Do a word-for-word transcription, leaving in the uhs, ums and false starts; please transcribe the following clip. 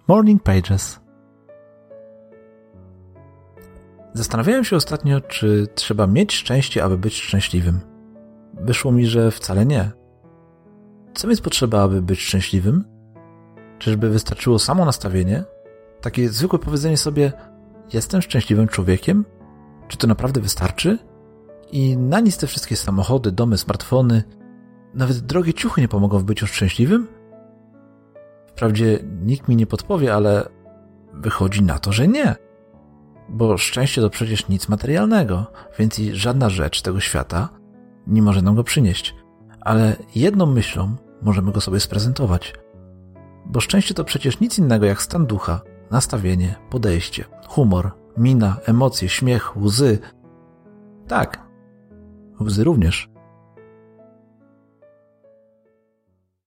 Morning Pages. Zastanawiałem się ostatnio, czy trzeba mieć szczęście, aby być szczęśliwym. Wyszło mi, że wcale nie. Co więc potrzeba, aby być szczęśliwym? Czyżby wystarczyło samo nastawienie? Takie zwykłe powiedzenie sobie: jestem szczęśliwym człowiekiem? Czy to naprawdę wystarczy? I na nic te wszystkie samochody, domy, smartfony, nawet drogie ciuchy nie pomogą w byciu szczęśliwym? Wprawdzie nikt mi nie podpowie, ale wychodzi na to, że nie. Bo szczęście to przecież nic materialnego, więc i żadna rzecz tego świata nie może nam go przynieść. Ale jedną myślą możemy go sobie sprezentować. Bo szczęście to przecież nic innego jak stan ducha, nastawienie, podejście, humor, mina, emocje, śmiech, łzy. Tak, łzy również.